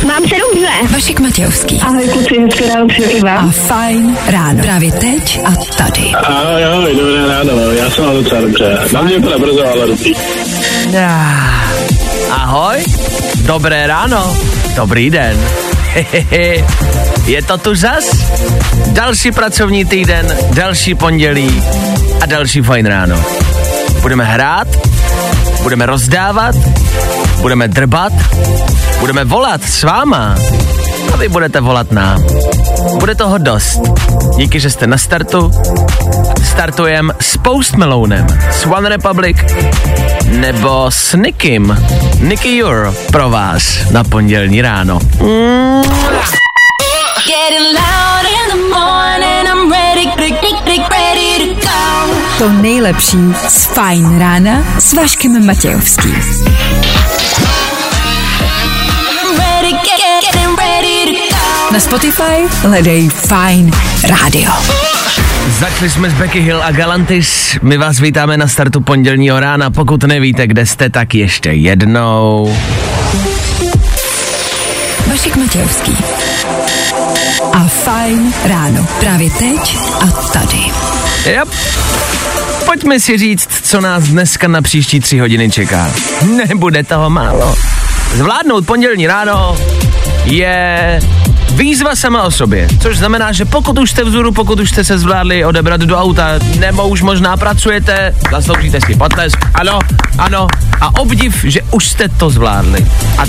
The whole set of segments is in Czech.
Mám se dobře. Vašek Matějovský. Ahoj kluci, hezké ráno přeju i vám. A Fajn ráno. Právě teď a tady. Ahoj, dobré ráno, já jsem docela dobře. Na mě to nebrzo, ale dobrý. Ahoj, dobré ráno, dobrý den. Je to tu zas? Další pracovní týden, další pondělí a další Fajn ráno. Budeme hrát, budeme rozdávat, budeme drbat, budeme volat s váma a vy budete volat nám. Bude toho dost. Díky, že jste na startu. Startujem s Post Malonem, s One Republic nebo s Nickym. Nicky Euro pro vás na pondělní ráno. To nejlepší z Fajn rána s Vaškem Matějovským. Na Spotify hledej Fajn rádio. Začali jsme s Becky Hill a Galantis. My vás vítáme na startu pondělního rána. Pokud nevíte, kde jste, tak ještě jednou. Vašek Matějovský. A Fajn ráno. Právě teď a tady. Yep. Pojďme si říct, co nás dneska na příští 3 hodiny čeká. Nebude toho málo. Zvládnout pondělní ráno je výzva sama o sobě, což znamená, že pokud už jste vzhůru, pokud už jste se zvládli odebrat do auta, nebo už možná pracujete, zasloužíte si potlesk, ano, a obdiv, že už jste to zvládli. A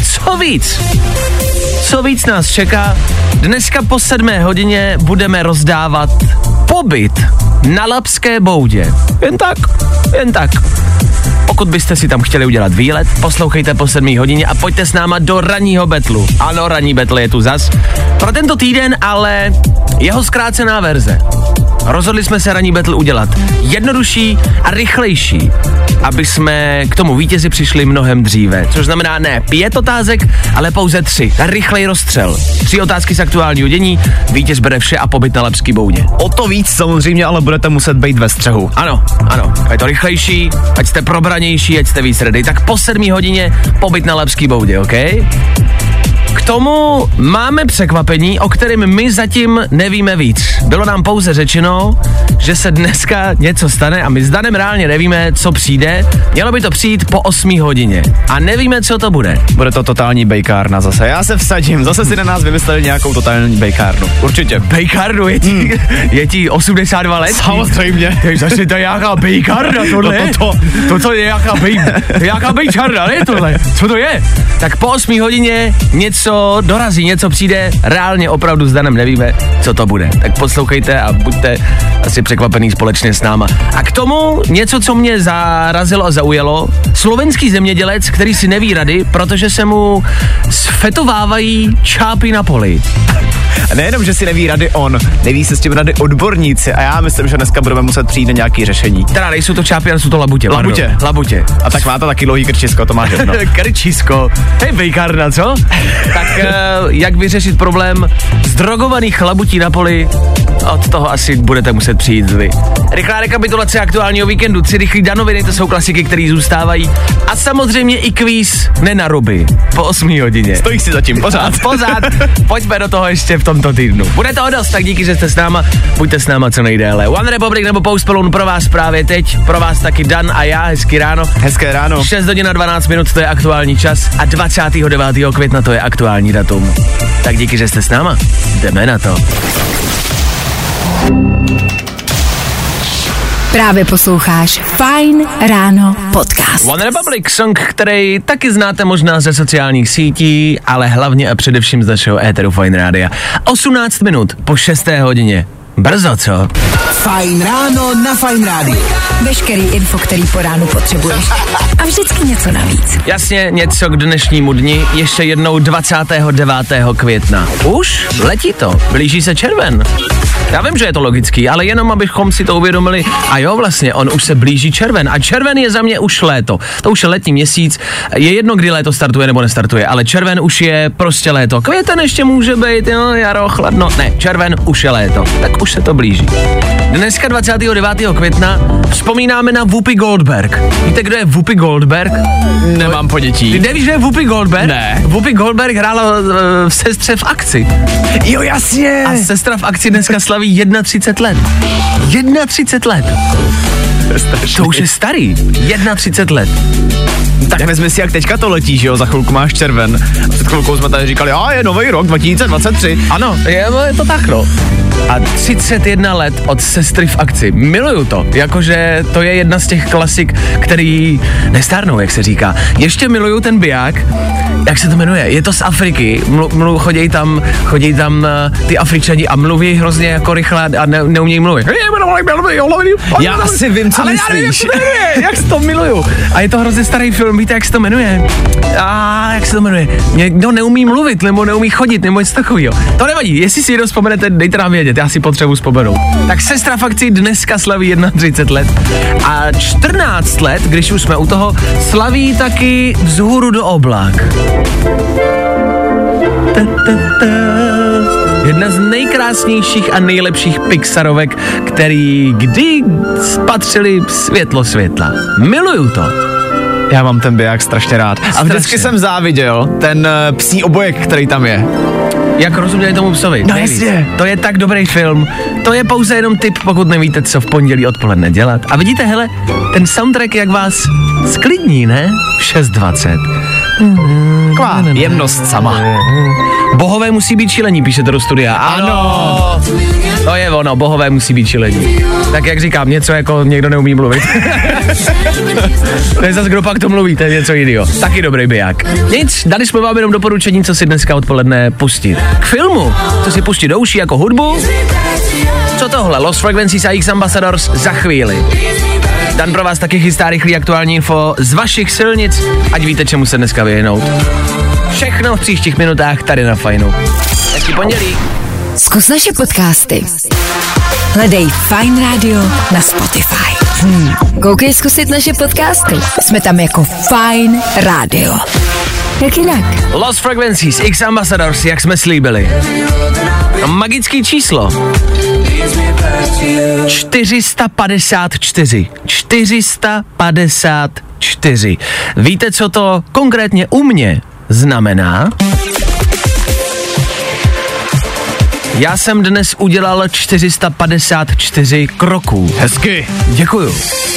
co víc nás čeká, dneska po 7 hodině budeme rozdávat pobyt na Labské boudě. Jen tak. Pokud byste si tam chtěli udělat výlet, poslouchejte po 7 hodině a pojďte s náma do ranního betlu. Ano, ranní betl je tu zas. Pro tento týden ale jeho zkrácená verze. Rozhodli jsme se ranní betl udělat jednodušší a rychlejší, aby jsme k tomu vítězi přišli mnohem dříve. Což znamená ne 5 otázek, ale pouze 3. Rychlej rozstřel. 3 otázky z aktuálního dění, vítěz bere vše a pobyt na Labský boudě. O to víc samozřejmě, ale budete muset být ve střehu. Ano. Je to rychlejší, ať jste probranější, ať jste víc ready. Tak po 7 hodině pobyt na Labský boudě, OK? K tomu máme překvapení, o kterém my zatím nevíme víc. Bylo nám pouze řečeno, že se dneska něco stane a my s Danem reálně nevíme, co přijde. Mělo by to přijít po 8 hodině a nevíme, co to bude. Bude to totální bejkárna zase. Já se vsadím, zase si na nás vymysleli nějakou totální bejkárnu. Určitě. Bejkárnu? Je ti 82 let? Samozřejmě. Zase to je nějaká bejkárna tohle. To je nějaká bejkárna, ne tohle? Co to je? Tak po 8 hodině něco dorazí, něco přijde, reálně opravdu s Danem nevíme, co to bude. Tak poslouchejte a buďte asi překvapený společně s náma. A k tomu něco, co mě zarazilo a zaujalo, slovenský zemědělec, který si neví rady, protože se mu sfetovávají čápy na poli. A nejenom, že si neví rady on, neví se s tím rady odborníci a já myslím, že dneska budeme muset přijít na nějaký řešení. Teda nejsou to čápy, ale jsou to labutě. Labutě. A tak má to taky dlouhý krčisko, to máš jedno. Krčisko. Hej, bejkárna, co? Tak jak vyřešit problém zdrogovaných labutí na poli, od toho asi budete muset přijít vy. Rychlá rekapitulace aktuálního víkendu, 3 rychlý danoviny, to jsou klasiky, které zůstávají. A samozřejmě i kvíz nenaruby po 8 hodině. Stojí si zatím, pořád. Pojďme do toho ještě v tomto týdnu. Bude toho dost, tak díky, že jste s náma, buďte s náma co nejdéle. One Republic nebo Post Malone pro vás právě teď, pro vás taky Dan a já, hezký ráno. Hezké ráno. 6 hodin a 12 minut, to je aktuální čas a 29. května to je aktuální datum. Tak díky, že jste s náma, jdeme na to. Právě posloucháš Fajn ráno podcast. One Republic, song, který taky znáte možná ze sociálních sítí, ale hlavně a především z našeho éteru Fajn rádia. 18 minut po 6. hodině. Brzo, co? Fajn ráno na Fajn rádiu. Veškerý info, který po ránu potřebuješ. A vždycky něco navíc. Jasně, něco k dnešnímu dni. Ještě jednou 29. května. Už? Letí to. Blíží se červen. Já vím, že je to logický, ale jenom abychom si to uvědomili. A jo, vlastně, on už se blíží červen. A červen je za mě už léto. To už je letní měsíc. Je jedno, kdy léto startuje nebo nestartuje, ale červen už je prostě léto. Květen ještě může být, jo, jaro, chladno. Ne, červen už je léto. Tak už se to blíží. Dneska 29. května vzpomínáme na Whoopi Goldberg. Víte, kdo je Whoopi Goldberg? Nemám ponětí. Ty nevíš, že je Whoopi Goldberg? Ne. Whoopi Goldberg hrála v Sestře v akci. Jo, jasně. A Sestra v akci dneska slaví 31 let. 31 let. To už je starý. 31 let. Tak vezmi si, jak teďka to letí, že jo, za chvilku máš červen. A před chvilkou jsme tady říkali, je nový rok 2023. Ano, je to tak, no. A 31 let od Sestry v akci. Miluju to, jakože to je jedna z těch klasik, který nestárnou, jak se říká. Ještě miluju ten biják, jak se to jmenuje, je to z Afriky, chodí tam ty Afričani a mluví hrozně jako rychle a neumějí mluvit. Já asi vím, co myslíš. Jak se to miluju. A je to hrozně starý film, víte, jak se to jmenuje? Jak se to jmenuje? Někdo neumí mluvit, nebo neumí chodit, nebo něco takového. To nevadí, jestli si někdo vzpomenete, dejte nám vědět, já si potřebuji vzpomenout. Tak Sestra v akci dneska slaví 31 let a 14 let, když už jsme u toho, slaví taky Vzhůru do oblak. Jedna z nejkrásnějších a nejlepších Pixarovek, který kdy spatřili světlo světla. Miluju to. Já mám ten biják strašně rád. A vždycky jsem záviděl ten psí obojek, který tam je. Jak rozuměli tomu psovi? No jasně. To je tak dobrý film. To je pouze jenom tip, pokud nevíte, co v pondělí odpoledne dělat. A vidíte, hele, ten soundtrack jak vás sklidní, ne? V 6:20. Taková jemnost sama. Bohové musí být šílení, píšete do studia. Ano. To je ono, bohové musí být šílení. Tak jak říkám, něco jako někdo neumí mluvit. To je zase, kdo pak to mluví, to je něco jiného. Taky dobrý biják. Nic, dali jsme vám jenom doporučení, co si dneska odpoledne pustit. K filmu, co si pustit do uší jako hudbu. Co tohle? Lost Frequencies a X Ambassadors za chvíli. Dan pro vás taky chystá rychlý aktuální info z vašich silnic, ať víte, čemu se dneska vyhnout. Všechno v příštích minutách tady na Fajnu. Hezký pondělí. Zkus naše podcasty. Hledej Fajn Radio na Spotify. Koukej zkusit naše podcasty. Jsme tam jako Fajn Radio. Jak jinak? Lost Frequencies, X Ambassadors, jak jsme slíbili. Magický číslo. 454. 454. Víte, co to konkrétně u mě znamená? Já jsem dnes udělal 454 kroků. Hezky. Děkuju.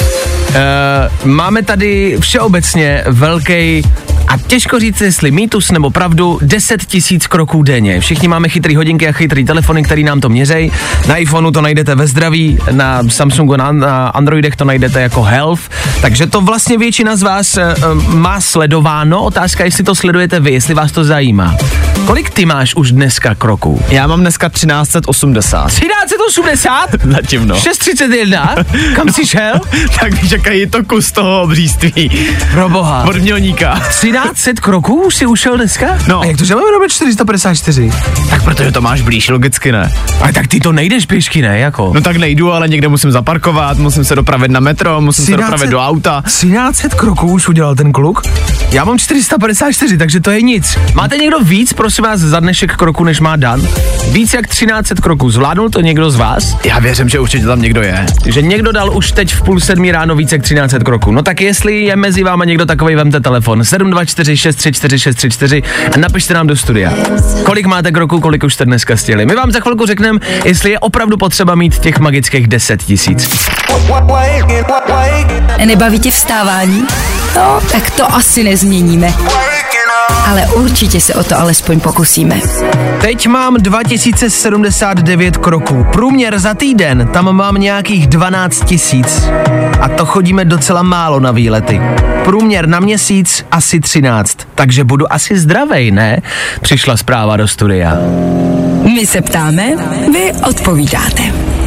Máme tady všeobecně velký a těžko říct, jestli mýtus nebo pravdu, 10 000 kroků denně. Všichni máme chytrý hodinky a chytrý telefony, který nám to měřejí. Na iPhoneu to najdete ve zdraví, na Samsungu, na Androidech to najdete jako Health, takže to vlastně většina z vás má sledováno. Otázka, jestli to sledujete vy, jestli vás to zajímá. Kolik ty máš už dneska kroků? Já mám dneska 1380. 1380? Zatím no. 631? Kam jsi šel? Tak víš, jaká je to kus toho obříztví. Proboha. Od mělníka. 1300 kroků už si ušel dneska? No. A jak to, že máme robit 454? Tak protože to máš blíž, logicky ne. Ale tak ty to nejdeš pěšky, ne? Jako? No tak nejdu, ale někde musím zaparkovat, musím se dopravit na metro, musím se dopravit do auta. 1300 kroků už udělal ten kluk? Já mám 454, takže to je nic. Máte někdo víc, prosím vás, za dnešek kroků, než má Dan? Víc jak 1300 kroků. Zvládnul to někdo z vás? Já věřím, že určitě tam někdo je. Že někdo dal už teď v 6:30 ráno víc jak 1300 kroků. No tak jestli je mezi váma někdo takovej, vemte telefon 724 634 634 a napište nám do studia. Kolik máte kroků, kolik už jste dneska stihli. My vám za chvilku řekneme, jestli je opravdu potřeba mít těch magických 10 000. Nebaví tě vstávání? No, tak to asi nezměníme. Ale určitě se o to alespoň pokusíme. Teď mám 2079 kroků. Průměr za týden, tam mám nějakých 12 000. A to chodíme docela málo na výlety. Průměr na měsíc asi 13. Takže budu asi zdravej, ne? Přišla zpráva do studia. My se ptáme, vy odpovídáte.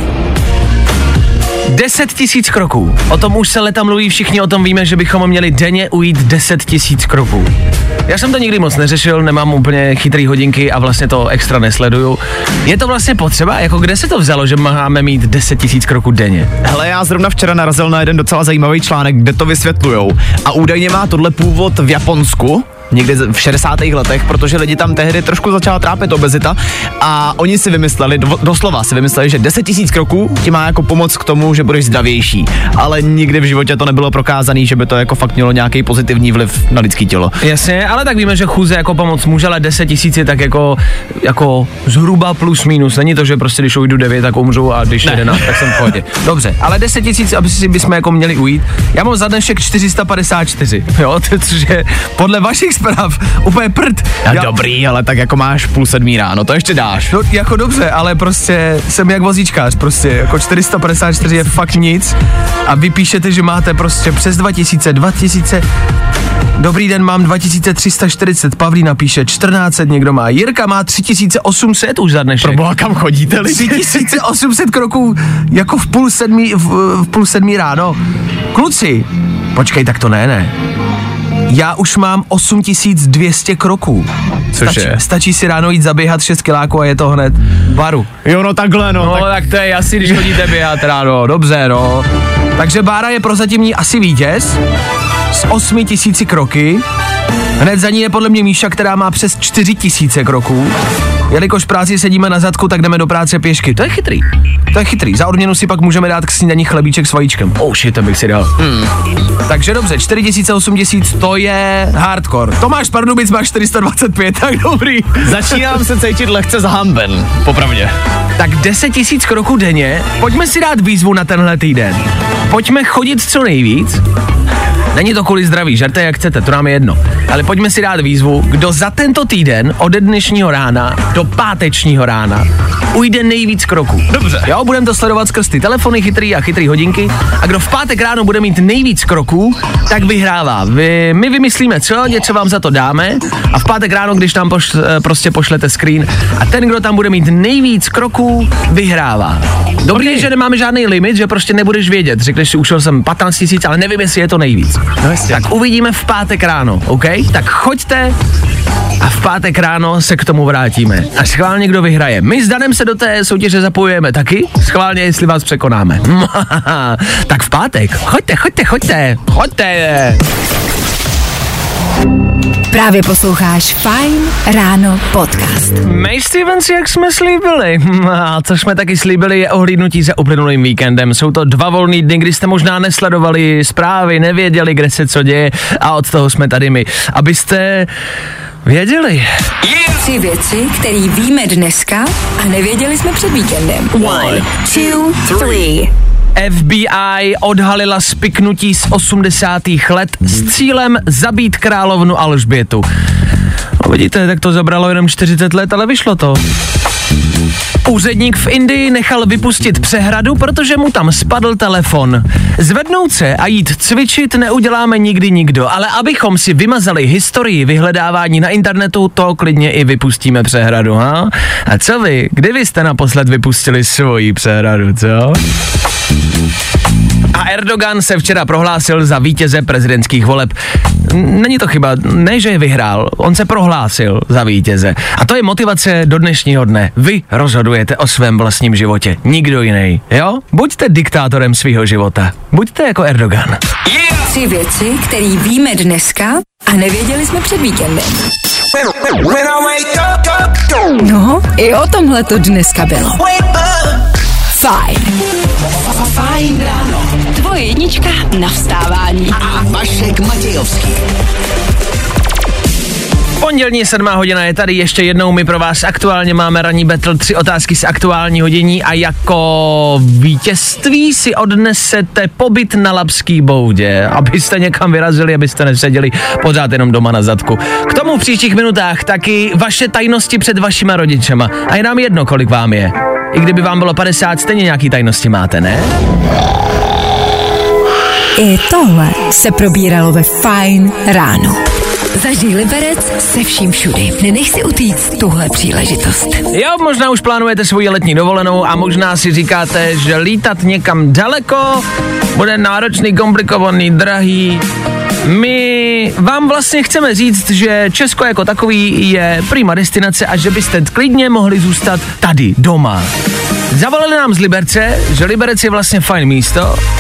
10 000 kroků. O tom už se leta mluví, všichni o tom víme, že bychom měli denně ujít 10 000 kroků. Já jsem to nikdy moc neřešil, nemám úplně chytrý hodinky a vlastně to extra nesleduju. Je to vlastně potřeba? Jako kde se to vzalo, že máme mít 10 000 kroků denně? Hele, já zrovna včera narazil na jeden docela zajímavý článek, kde to vysvětlujou. A údajně má tohle původ v Japonsku. někde v 60. letech, protože lidi tam tehdy trošku začala trápit obezita a oni si vymysleli, doslova si vymysleli, že 10 000 kroků ti má jako pomoc k tomu, že budeš zdravější, ale nikdy v životě to nebylo prokázaný, že by to jako fakt mělo nějaký pozitivní vliv na lidský tělo. Jasně, ale tak víme, že chůze jako pomoc může, ale 10 000 je tak jako zhruba plus minus. Není to, že prostě když ujdu 9, tak umřu a když 11, tak jsem v pohodě. Dobře, ale 10 000, aby si bychom jako měli ujít. Já mám za dnešek 454, jo, což je podle vašich zpráv úplně prd. Dobrý, ale tak jako máš 6:30 ráno, to ještě dáš. No, jako dobře, ale prostě jsem jak vozíčkář, prostě jako 454 je fakt nic a vy píšete, že máte prostě přes 2000, dobrý den, mám 2340, Pavlína píše 1400, někdo má, Jirka má 3800 už za dnešek. Proboha, kam chodíte lidi? 3800 kroků jako v půl sedmí ráno. Kluci, počkej, tak to ne. Já už mám 8200 kroků. Stačí si ráno jít zaběhat 6 kiláků a je to hned baru. Jo, no takhle, no. No tak to je asi, když chodíte běhat ráno, dobře, no. Takže Bára je prozatímní asi vítěz s 8000 kroky. Hned za ní je podle mě Míša, která má přes 4000 kroků. Jelikož v práci sedíme na zadku, tak jdeme do práce pěšky. To je chytrý. Za odměnu si pak můžeme dát k snídani chlebíček s vajíčkem. To bych si dal. Takže dobře, 4000, 8000, to je hardcore. Tomáš Pardubic má 425, tak dobrý. Začínám se cítit lehce zahamben, popravdě. Tak 10 000 kroků denně, pojďme si dát výzvu na tenhle týden. Pojďme chodit co nejvíc. Není to kvůli zdraví, žerte jak chcete, to nám je jedno. Ale pojďme si dát výzvu, kdo za tento týden ode dnešního rána do pátečního rána ujde nejvíc kroků. Dobře. Jo, budeme to sledovat skrz ty telefony chytrý hodinky a kdo v pátek ráno bude mít nejvíc kroků, tak vyhrává. My vymyslíme něco vám za to dáme a v pátek ráno, když nám prostě pošlete screen a ten, kdo tam bude mít nejvíc kroků, vyhrává. Dobrý, že nemáme žádný limit, že prostě nebudeš vědět. Řekneš si, ušel jsem 15 000, ale nevím, jestli je to nejvíc. No jasně. Tak uvidíme v pátek ráno, OK? Tak choďte a v pátek ráno se k tomu vrátíme. A schválně kdo vyhraje. My s Danem se do té soutěže zapojujeme taky. Schválně, jestli vás překonáme. Tak v pátek. Choďte. Právě posloucháš Fajn ráno podcast. May Stevens, jak jsme slíbili. A co jsme taky slíbili, je ohlídnutí za uplynulým víkendem. Jsou to 2 volný dny, kdy jste možná nesledovali zprávy, nevěděli, kde se co děje a od toho jsme tady my. Abyste věděli. 3 věci, které víme dneska a nevěděli jsme před víkendem. 1, 2, 3. FBI odhalila spiknutí z 80. let s cílem zabít královnu Alžbětu. No vidíte, tak to zabralo jenom 40 let, ale vyšlo to. Úředník v Indii nechal vypustit přehradu, protože mu tam spadl telefon. Zvednout se a jít cvičit neuděláme nikdy nikdo, ale abychom si vymazali historii vyhledávání na internetu, to klidně i vypustíme přehradu, ha? A co vy? Kdy vy jste naposled vypustili svoji přehradu, co? A Erdogan se včera prohlásil za vítěze prezidentských voleb. Není to chyba, ne, že je vyhrál, on se prohlásil za vítěze. A to je motivace do dnešního dne. Vy rozhodujete o svém vlastním životě, nikdo jiný, jo? Buďte diktátorem svého života. Buďte jako Erdogan. 3 věci, které víme dneska a nevěděli jsme před víkendem. No, i o tomhle to dneska bylo. Fajn ráno. Tvoje jednička na vstávání. A Vašek Matějovský. Pondělní 7 hodina je tady, ještě jednou my pro vás aktuálně máme ranní battle, 3 otázky z aktuální hodiny a jako vítězství si odnesete pobyt na Labský boudě, abyste někam vyrazili, abyste neseděli pořád jenom doma na zadku. K tomu v příštích minutách taky vaše tajnosti před vašima rodičema a je nám jedno, kolik vám je. I kdyby vám bylo 50, stejně nějaký tajnosti máte, ne? I tohle se probíralo ve Fajn ráno. Zažij Liberec se vším všudy. Nenech si utíct tuhle příležitost. Jo, možná už plánujete svoji letní dovolenou a možná si říkáte, že lítat někam daleko bude náročný, komplikovaný, drahý. My vám vlastně chceme říct, že Česko jako takový je prima destinace a že byste klidně mohli zůstat tady, doma. Zavolali nám z Liberce, že Liberec je vlastně fajn místo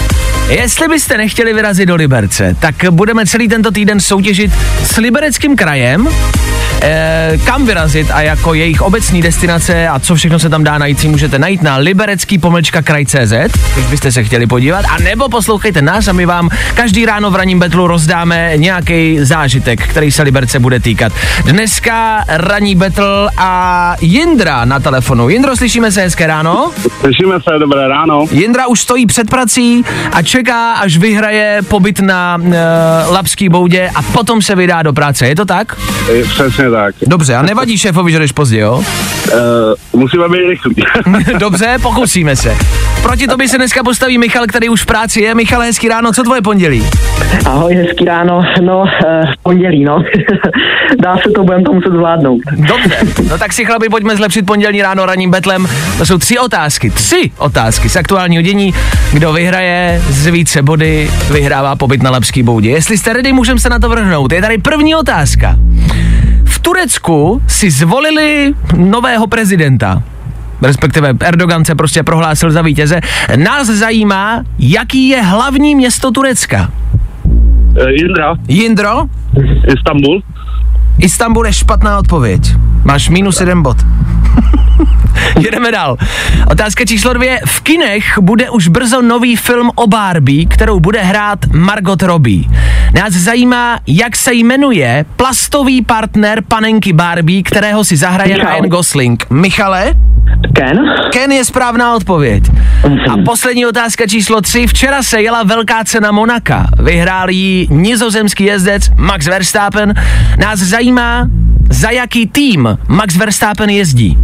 Jestli byste nechtěli vyrazit do Liberce, tak budeme celý tento týden soutěžit s Libereckým krajem, kam vyrazit a jako jejich obecní destinace a co všechno se tam dá najít, si můžete najít na liberecký-kraj.cz, když byste se chtěli podívat, a nebo poslouchejte nás a my vám každý ráno v ranním betlu rozdáme nějaký zážitek, který se Liberce bude týkat. Dneska ranní betl a Jindra na telefonu. Jindro, slyšíme se, hezké ráno? Slyšíme se, dobré ráno. Jindra už stojí před prací a čeká, až vyhraje pobyt na Labský boudě a potom se vydá do práce, je to tak? Přesně tak. Dobře, a nevadí šéfovi, že jdeš pozdě, jo? Musíme být rychlí. Dobře, pokusíme se. Proti tobě se dneska postaví Michal, který už v práci je. Michal, hezký ráno, co tvoje pondělí? Ahoj, hezký ráno. No, pondělí, no. Dá se to, budeme to muset zvládnout. Dobře, no tak si chlapi, pojďme zlepšit pondělní ráno ranním betlem. To jsou 3 otázky z aktuálního dění. Kdo vyhraje z více body, vyhrává pobyt na Labský boudě. Jestli jste ready, můžeme se na to vrhnout. Je tady první otázka. V Turecku si zvolili nového prezidenta. Respektive Erdogan se prostě prohlásil za vítěze. Nás zajímá, jaký je hlavní město Turecka. Jindro? Istanbul. Istanbul je špatná odpověď. Máš -1 bod. Jedeme dál. Otázka číslo 2. V kinech bude už brzo nový film o Barbie, kterou bude hrát Margot Robbie. Nás zajímá, jak se jmenuje plastový partner panenky Barbie, kterého si zahraje Ryan Gosling. Michale? Ken? Ken je správná odpověď. A poslední otázka číslo 3. Včera se jela velká cena Monaka. Vyhrál ji nizozemský jezdec Max Verstappen. Nás zajímá, za jaký tým Max Verstappen jezdí.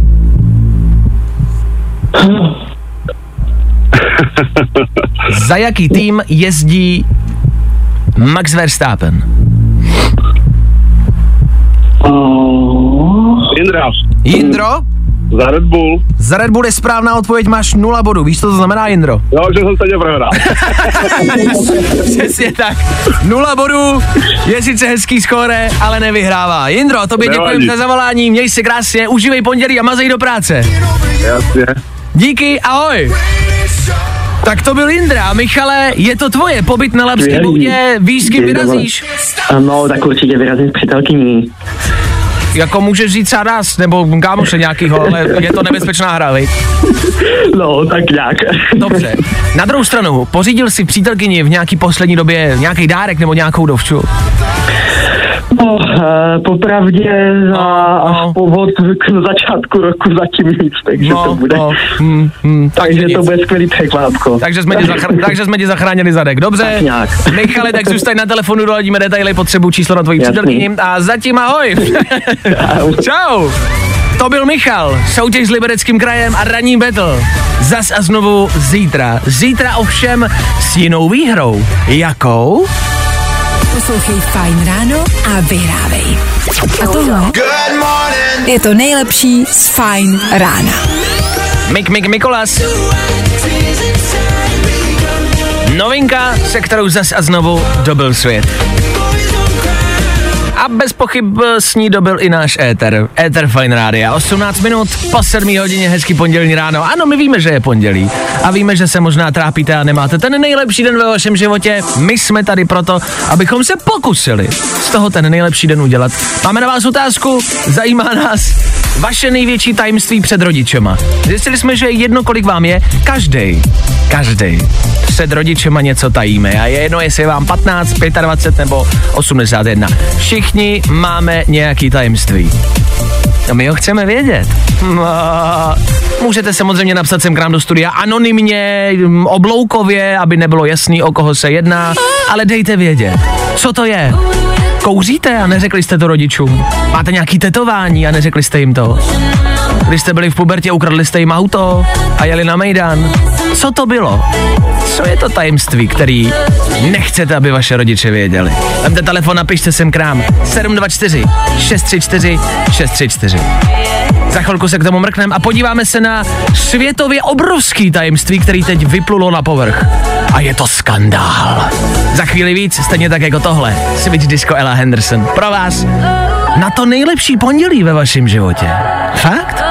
Za jaký tým jezdí Max Verstappen? Jindro? Za Red Bull. Za Red Bull je správná odpověď, máš 0 bodů. Víš, co to znamená, Jindro? Jo, že jsem se tě prohrál. Přesně tak. 0 bodů, je sice hezký skóre, ale nevyhrává. Jindro, tobě děkujem za zavolání, měj se krásně, užívej pondělí a mazej do práce. Jasně. Díky, ahoj. Tak to byl Jindra. Michale, je to tvoje pobyt na Labské boudě, víš, s kým vyrazíš? No, tak určitě vyrazím s přítelkyní. Jako můžeš říct třeba nás, nebo kámoše nějakýho, ale je to nebezpečná hra, viď? No, tak nějak. Dobře. Na druhou stranu, pořídil si přítelkyni v nějaký poslední době nějaký dárek nebo nějakou dovču? No, popravdě až od začátku roku zatím nic, takže to bude. Takže to bude skvělý překvápko. Takže jsme ti zachránili zadek. Dobře. Michale, tak zůstaň na telefonu, doladíme detaily, potřebu číslo na tvojí přítelkyni a zatím ahoj. Čau. To byl Michal, soutěž s Libereckým krajem a ranní battle. Zas a znovu zítra. Zítra ovšem s jinou výhrou. Jakou? Poslouchej Fajn ráno a vyhrávej. A tohle je to nejlepší z Fajn rána. Mikolas. Novinka, se kterou zas a znovu dobil svět. A bez pochyb s ní dobil i náš éter. Éter Fajn rádia. 18 minut po 7 hodině, hezký pondělní ráno. Ano, my víme, že je pondělí. A víme, že se možná trápíte a nemáte ten nejlepší den ve vašem životě. My jsme tady proto, abychom se pokusili z toho ten nejlepší den udělat. Máme na vás otázku, zajímá nás vaše největší tajemství před rodičema. Zjistili jsme, že jedno, kolik vám je, každej před rodičema něco tajíme. A je jedno, jestli je vám 15, 25 nebo 81. Všichni máme nějaký tajemství. A my ho chceme vědět. Můžete samozřejmě napsat sem k nám do studia anonymně, obloukově, aby nebylo jasný, o koho se jedná, ale dejte vědět, co to je. Kouříte a neřekli jste to rodičům? Máte nějaký tetování a neřekli jste jim to? Když jste byli v pubertě, ukradli jste jim auto a jeli na Mejdan? Co to bylo? Co je to tajemství, který nechcete, aby vaše rodiče věděli? Vemte telefon, napište sem k nám 724 634 634. Za chvilku se k tomu mrkneme a podíváme se na světově obrovský tajemství, který teď vyplulo na povrch. A je to skandál. Za chvíli víc, stejně tak jako tohle. Switch Disco Ella Henderson. Pro vás na to nejlepší pondělí ve vašem životě. Fakt?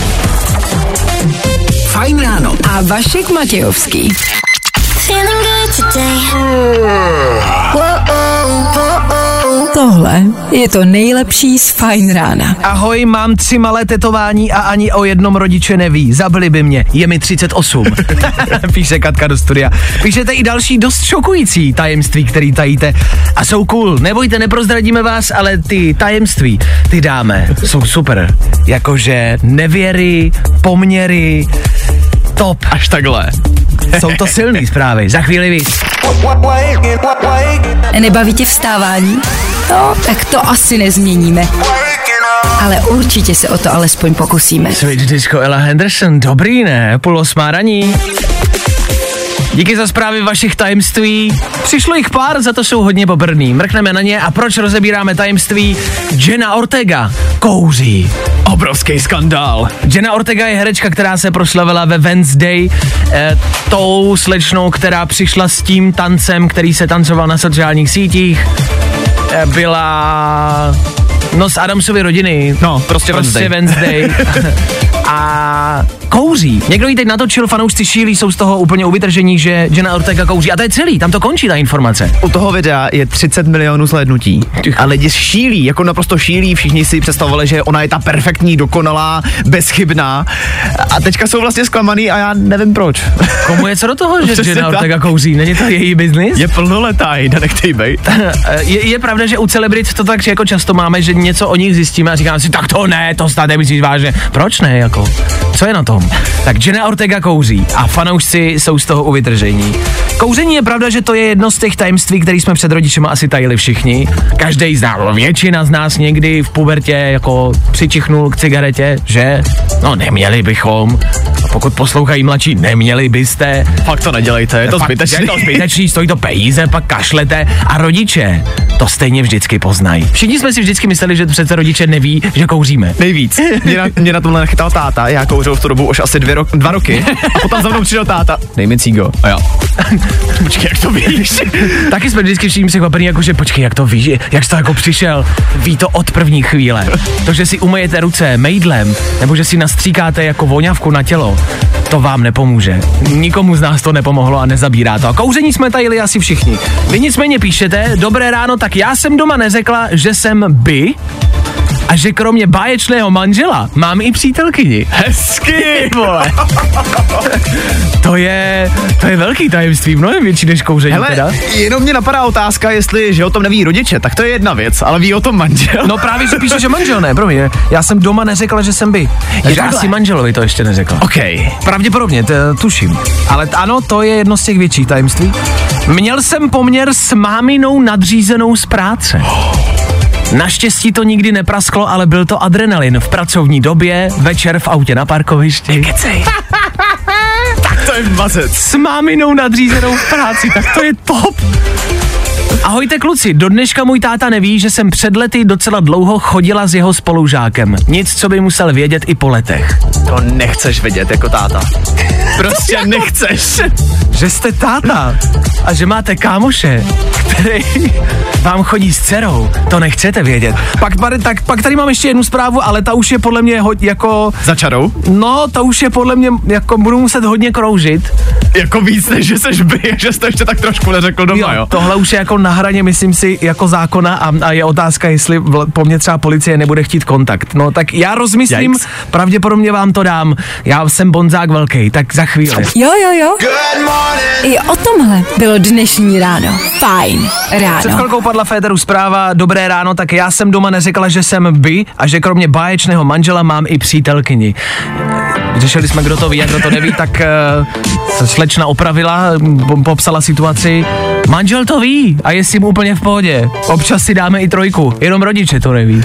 Fajn ráno. A Vašek Matějovský. Tohle je to nejlepší z Fajn rána. Ahoj, mám 3 malé tetování a ani o jednom rodiče neví. Zabili by mě, je mi 38. Píše Katka do studia. Píšete i další dost šokující tajemství, který tajíte a jsou cool. Nebojte, neprozradíme vás, ale ty tajemství, ty dáme, jsou super. Jakože nevěry, poměry, top. Až takhle. Jsou to silný zprávy, za chvíli víc. Nebaví tě vstávání? No, tak to asi nezměníme. Ale určitě se o to alespoň pokusíme. Sweet Disco Ella Henderson, dobrý ne? 7:30 raní. Díky za zprávy vašich tajemství. Přišlo jich pár, za to jsou hodně pobrný. Mrkneme na ně a proč rozebíráme tajemství? Jenna Ortega kouří. Obrovský skandál. Jenna Ortega je herečka, která se proslavila ve Wednesday, tou slečnou, která přišla s tím tancem, který se tancoval na sociálních sítích. Byla z Adamsovy rodiny. No, prostě Wednesday. A kouří. Někdo jí teď natočil, fanoušci šílí, jsou z toho úplně uvytržení, že Jenna Ortega kouří. A to je celý, tam to končí ta informace. U toho videa je 30 milionů zhlédnutí. A lidi šílí, jako naprosto šílí, všichni si představovali, že ona je ta perfektní, dokonalá, bezchybná. A teďka jsou vlastně zklamaný a já nevím proč. Komu je co do toho, že Jenna Ortega kouří? Není to její biznis? Je plnoletá, nechtej bejt. Je pravda, že u celebrit to tak jako často máme, že něco o nich zjistíme a říkáme si, tak to ne, to snad nemyslíš vážně. Proč ne, jako? Co je na tom? Tak Jenna Ortega kouří a fanoušci jsou z toho uvytržení. Kouření je pravda, že to je jedno z těch tajemství, které jsme před rodičema asi tajili všichni. Každý z nás, většina z nás někdy v pubertě jako přičichnul k cigaretě, že? No neměli bychom. A pokud poslouchají mladší, neměli byste. Fakt to nedělejte, je to zbytečný. Je to zbytečný, stojí to peníze, pak kašlete a rodiče to stejně vždycky poznají. Všichni jsme si vždycky mysleli, že přece rodiče neví, že kouříme. Nejvíc. Mě na tomhle nechytal táta, já kouřil v tu dobu už asi 2 roky a potom za mnou přišel táta. Dej mi cígo. A já. Počkej, jak to víš? Taky jsme vždycky všichni překvapení, jakože počkej, jak to víš, jak jsi to jako přišel. Ví to od první chvíle. To, že si umyjete ruce mejdlem, nebo že si nastříkáte jako voňavku na tělo, to vám nepomůže. Nikomu z nás to nepomohlo a nezabírá to. A kouření jsme tajili asi všichni. Vy nicméně píšete, dobré ráno, tak já jsem doma neřekla, že jsem bi a že kromě báječného manžela mám i přítelkyni. Hezky, vole. To je velký tajemství, mnohem větší než kouření. Hele, teda. Jenom mě napadá otázka, jestli, že o tom neví rodiče, tak to je jedna věc, ale ví o tom manžel. No právě, že píše, že manžel ne, promiň, já jsem doma neřekla, že jsem bi. Takže asi manželovi to ještě neřekla. OK. Pravděpodobně, tuším. Ale ano, to je jedno z těch větších tajemství. Měl jsem poměr s máminou nadřízenou z práce. Naštěstí to nikdy neprasklo, ale byl to adrenalin v pracovní době, večer v autě na parkovišti. Kecej. Tak to je mazec. S máminou nadřízenou v práci, tak to je top. Ahojte kluci, do dneška můj táta neví, že jsem před lety docela dlouho chodila s jeho spolužákem. Nic, co by musel vědět i po letech. To nechceš vědět jako táta. Prostě nechceš. Že jste táta a že máte kámoše, který vám chodí s dcerou, to nechcete vědět. Pak tady mám ještě jednu zprávu, ale ta už je podle mě jako... Za čarou? No, ta už je podle mě, jako budu muset hodně kroužit. Jako víc, než že seš by, že jsi to ještě tak trošku neřekl doma, jo? Tohle už je jako na hraně, myslím si, jako zákona a je otázka, jestli po mně třeba policie nebude chtít kontakt. No, tak já rozmyslím, pravděpodobně vám to dám. Já jsem bonzák velký, tak za chvíli. Jo. I o tomhle bylo dnešní ráno. Fajn ráno. Před chvilkou padla Féteru zpráva, dobré ráno, tak já jsem doma neřekla, že jsem bi a že kromě báječného manžela mám i přítelkyni. Řešili jsme, kdo to ví a kdo to neví, tak slečna opravila, popsala situaci. Manžel to ví a je s tím úplně v pohodě. Občas si dáme i 3, jenom rodiče to neví.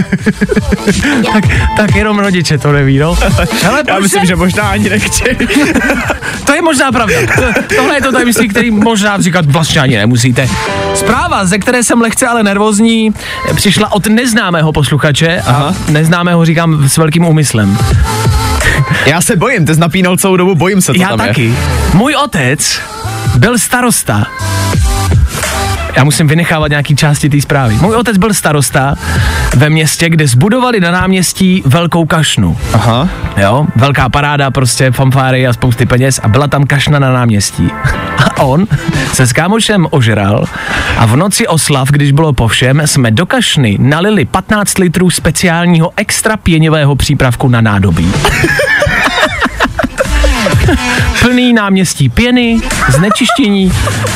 tak jenom rodiče to neví, no. Hele, já myslím, že možná ani nechtějí. To je možná pravda. Tohle je to tajemství, který možná říkat vlastně ani nemusíte. Zpráva, ze které jsem lehce ale nervózní, přišla od neznámého posluchače a neznámého říkám s velkým úmyslem. Já se bojím, ty jsi napínal celou dobu, bojím se, to já tam taky. Je. Můj otec byl starosta. Já musím vynechávat nějaký části té zprávy. Můj otec byl starosta ve městě, kde zbudovali na náměstí velkou kašnu. Aha. Jo, velká paráda, prostě fanfáry a spousty peněz a byla tam kašna na náměstí. On se s kámošem ožral a v noci oslav, když bylo po všem, jsme do kašny nalili 15 litrů speciálního extra pěnivého přípravku na nádobí. Plný náměstí pěny, znečištění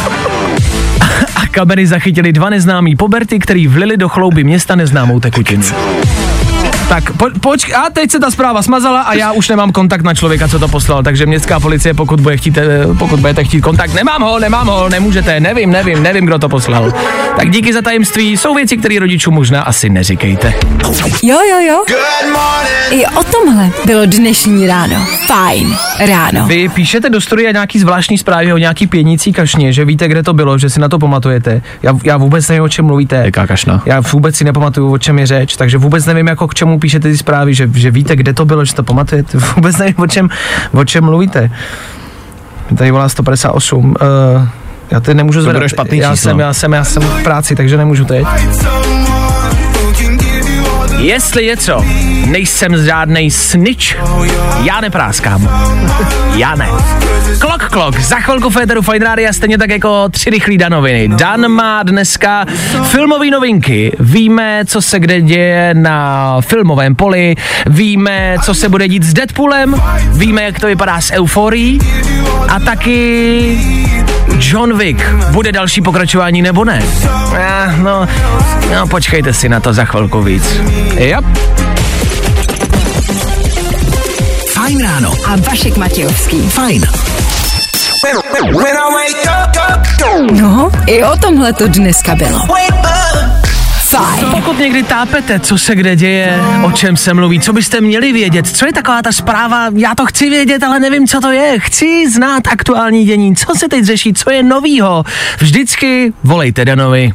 a kamery zachytili 2 neznámý poberty, který vlili do chlouby města neznámou tekutinu. Tak, počkej, a teď se ta zpráva smazala a já už nemám kontakt na člověka, co to poslal, takže městská policie, pokud budete chtít kontakt, nemám ho, nemůžete, nevím, kdo to poslal. Tak díky za tajemství, jsou věci, které rodičům možná asi neříkejte. Jo. I o tomhle bylo dnešní ráno. Fajn ráno. Vy píšete do studia nějaký zvláštní zprávy o nějaký pěnící kašně, že víte, kde to bylo, že si na to pamatujete. Já vůbec nevím, o čem mluvíte. Jaká kašna? Já vůbec si nepamatuju, o čem je řeč, takže vůbec nevím, jako k čemu píšete ty zprávy, že víte, kde to bylo, že to pamatujete. Vůbec nevím, o čem mluvíte. Tady volá 158. Já teď nemůžu zvedat. To bude špatný číslo. Já jsem v práci, takže nemůžu teď. Jestli je co, nejsem žádnej snitch, já nepráskám. Já ne. Klok, za chvilku Féteru Fine Rádia, stejně tak jako 3 rychlý danoviny. Dan má dneska filmové novinky. Víme, co se kde děje na filmovém poli, víme, co se bude dít s Deadpoolem, víme, jak to vypadá s Euforií a taky John Wick. Bude další pokračování nebo ne? No, počkejte si na to za chvilku víc. Yep. Fajn ráno. A Vašek Matějovský. Fajn. No, i o tomhle to dneska bylo. Fajn. Pokud někdy tápete, co se kde děje, o čem se mluví, co byste měli vědět, co je taková ta zpráva, já to chci vědět, ale nevím, co to je, chci znát aktuální dění, co se teď řeší, co je novýho, vždycky volejte Danovi.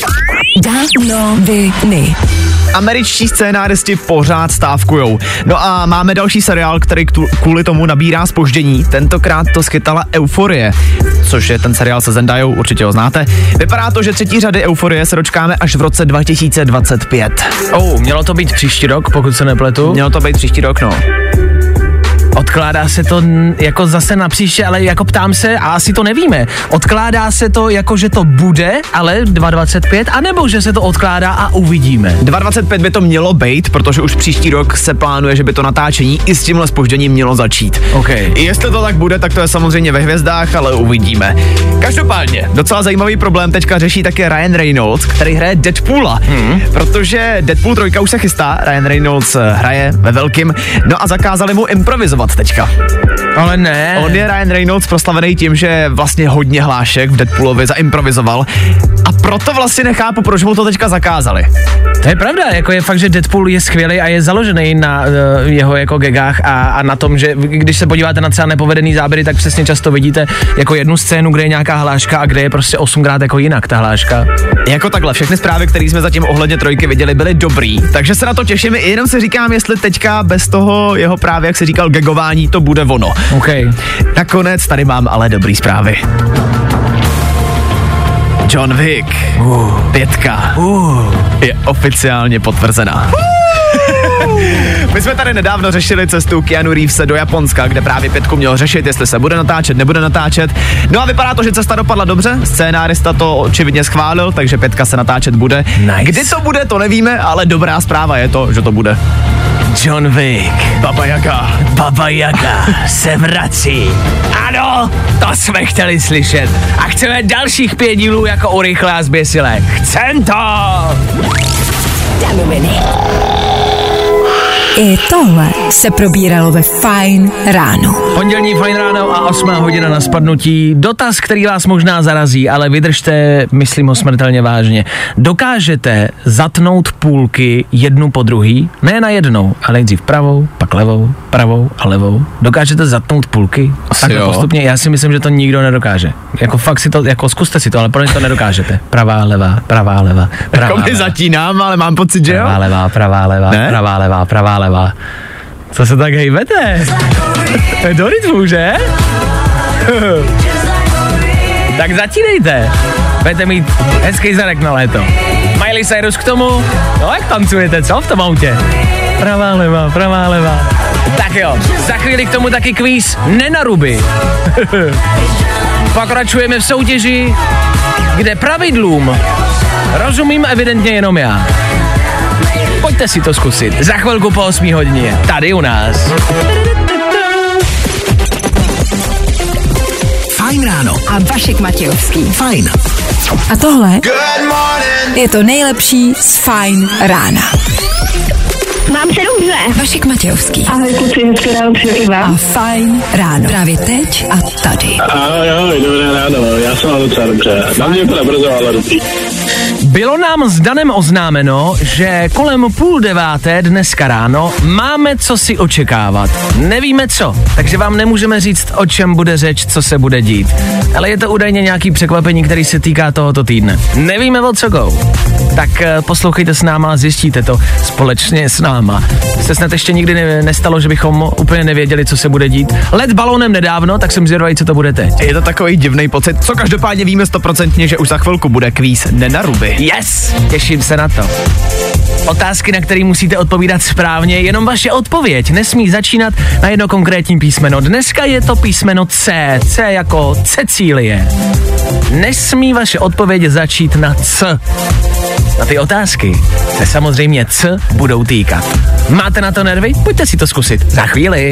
Danoviny. Američtí scénáristi pořád stávkujou. No a máme další seriál, který kvůli tomu nabírá zpoždění. Tentokrát to schytala Euforie, což je ten seriál se Zendayou, určitě ho znáte. Vypadá to, že 3. řady Euforie se dočkáme až v roce 2025. Mělo to být příští rok, pokud se nepletu. Mělo to být příští rok, no. Odkládá se to jako zase na příště, ale jako ptám se, a asi to nevíme. Odkládá se to jako, že to bude, ale 2025, anebo že se to odkládá a uvidíme. 2025 by to mělo být, protože už příští rok se plánuje, že by to natáčení i s tímhle zpožděním mělo začít. Okay. Jestli to tak bude, tak to je samozřejmě ve hvězdách, ale uvidíme. Každopádně, docela zajímavý problém teďka řeší také Ryan Reynolds, který hraje Deadpoola, protože Deadpool 3 už se chystá, Ryan Reynolds hraje ve velkým, no a zakázali mu improvizovat teďka. Ale ne. On je Ryan Reynolds proslavený tím, že vlastně hodně hlášek v Deadpoolovi zaimprovizoval a proto vlastně nechápu, proč mu to teďka zakázali. To je pravda, jako je fakt, že Deadpool je skvělý a je založený na jeho jako gagách a na tom, že když se podíváte na třeba nepovedený záběry, tak přesně často vidíte jako jednu scénu, kde je nějaká hláška a kde je prostě 8krát jako jinak ta hláška. Jako takhle, všechny zprávy, které jsme zatím ohledně 3 viděli, byly dobrý, takže se na to těším, i jenom si říkám, jestli teďka bez toho jeho právě, jak se říkal, gagování, to bude ono. Okay. Nakonec tady mám ale dobrý zprávy. John Wick 5 je oficiálně potvrzená. My jsme tady nedávno řešili cestu Keanu Reevese do Japonska, kde právě 5 měl řešit, jestli se bude natáčet, nebude natáčet. No a vypadá to, že cesta dopadla dobře, scénárista to očividně schválil, takže 5 se natáčet bude. Nice. Kdy to bude, to nevíme, ale dobrá zpráva je to, že to bude. John Wick. Baba Yaga se vrací. Ano, to jsme chtěli slyšet. A chceme dalších 5 dílů jako u Rychlé a zběsilé. Chcem to! Danoviny. I tohle se probíralo ve Fajn ráno. Pondělní Fajn ráno a 8 hodina na spadnutí. Dotaz, který vás možná zarazí, ale vydržte, myslím ho smrtelně vážně. Dokážete zatnout půlky jednu po druhý? Ne na jednou, ale nejdřív pravou, pak levou, pravou a levou. Dokážete zatnout půlky? Takhle postupně, já si myslím, že to nikdo nedokáže. Jako fakt si to, jako zkuste si to, ale pro ně to nedokážete. Pravá, levá, pravá, leva. Jako mi zatínám, ale mám pocit, že jo? Pravá, levá, pravá, leva, pravá, levá, pravá, leva. Co se tak hejbete? Do rytmu, že? Tak začínejte. Budete mít hezký zadek na léto. Miley Cyrus k tomu. No jak tancujete, co v tom autě? Pravá, levá, pravá, levá. Tak jo, za chvíli k tomu taky kvíz Nenaruby. Pokračujeme v soutěži, kde pravidlům rozumím evidentně jenom já. Pojďte si to zkusit. Za chvilku po 8 hodině. Tady u nás. Fajn ráno. A Vašek Matějovský. Fajn. A tohle je to nejlepší z Fajn rána. Mám se dobře. Vašek Matějovský. Ahoj kluci, hezké ráno přeji i vám. A Fajn ráno. Právě teď a tady. Ahoj, dobré ráno, já jsem docela dobře. Na mě to brzo, ale dobrý. Bylo nám s Danem oznámeno, že kolem 8:30 dneska ráno máme co si očekávat. Nevíme co, takže vám nemůžeme říct, o čem bude řeč, co se bude dít. Ale je to údajně nějaký překvapení, který se týká tohoto týdne. Nevíme o co go. Tak poslouchejte s náma a zjistíte to společně s náma. Se snad ještě nikdy nestalo, že bychom úplně nevěděli, co se bude dít. Let balónem nedávno, tak jsem zvědavý, co to bude teď. Je to takový divný pocit, co každopádně víme 100%, že už za chvilku bude kvíz Nenaruby. Yes! Těším se na to. Otázky, na které musíte odpovídat správně, jenom vaše odpověď nesmí začínat na jedno konkrétní písmeno. Dneska je to písmeno C. C jako Cecílie. Nesmí vaše odpověď začít na C. Na ty otázky se samozřejmě C budou týkat. Máte na to nervy? Pojďte si to zkusit. Za chvíli.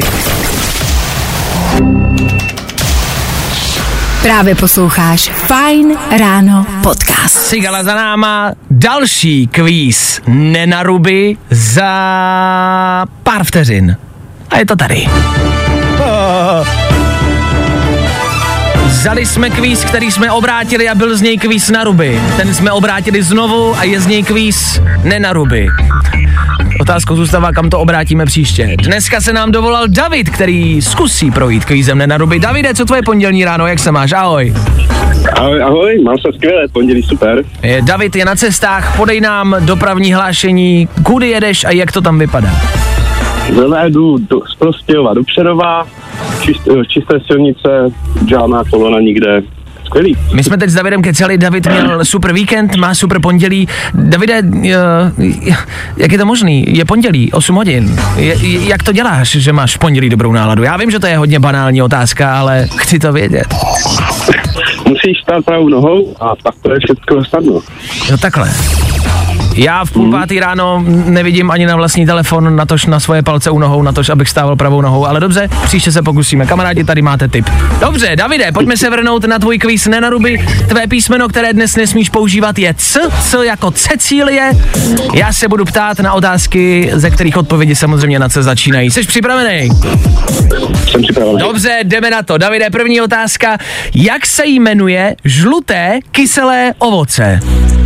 Právě posloucháš Fajn ráno podcast. Sigala za náma, další kvíz Nenaruby za pár vteřin. A je to tady. Vzali jsme kvíz, který jsme obrátili a byl z něj kvíz na ruby. Ten jsme obrátili znovu a je z něj kvíz Nenaruby. Otázkou zůstává, kam to obrátíme příště. Dneska se nám dovolal David, který zkusí projít kvízem Nenaruby. Davide, co tvoje pondělní ráno, jak se máš? Ahoj. Ahoj, mám se skvěle, pondělí super. David je na cestách, podej nám dopravní hlášení, kudy jedeš a jak to tam vypadá. Jdu z Prostějova do Přerova, čisté silnice, žádná kolona nikde. Skvělý. My jsme teď s Davidem kecali, David měl super víkend, má super pondělí. Davide, jak je to možný? Je pondělí, 8 hodin. Jak to děláš, že máš v pondělí dobrou náladu? Já vím, že to je hodně banální otázka, ale chci to vědět. Musíš stát pravou nohou a pak to je všechno snadno. Jo, takhle. Já v 4:30 ráno nevidím ani na vlastní telefon, natož na svoje palce u nohou, natož abych stával pravou nohou, ale dobře, příště se pokusíme. Kamarádi, tady máte tip. Dobře, Davide, pojďme se vrhnout na tvůj kvíz Nenaruby. Tvé písmeno, které dnes nesmíš používat, je C, C jako Cecílie. Já se budu ptát na otázky, ze kterých odpovědi samozřejmě na C začínají. Jsi připravený? Jsem připravený. Dobře, jdeme na to. Davide, první otázka. Jak se jmenuje žluté kyselé ovoce?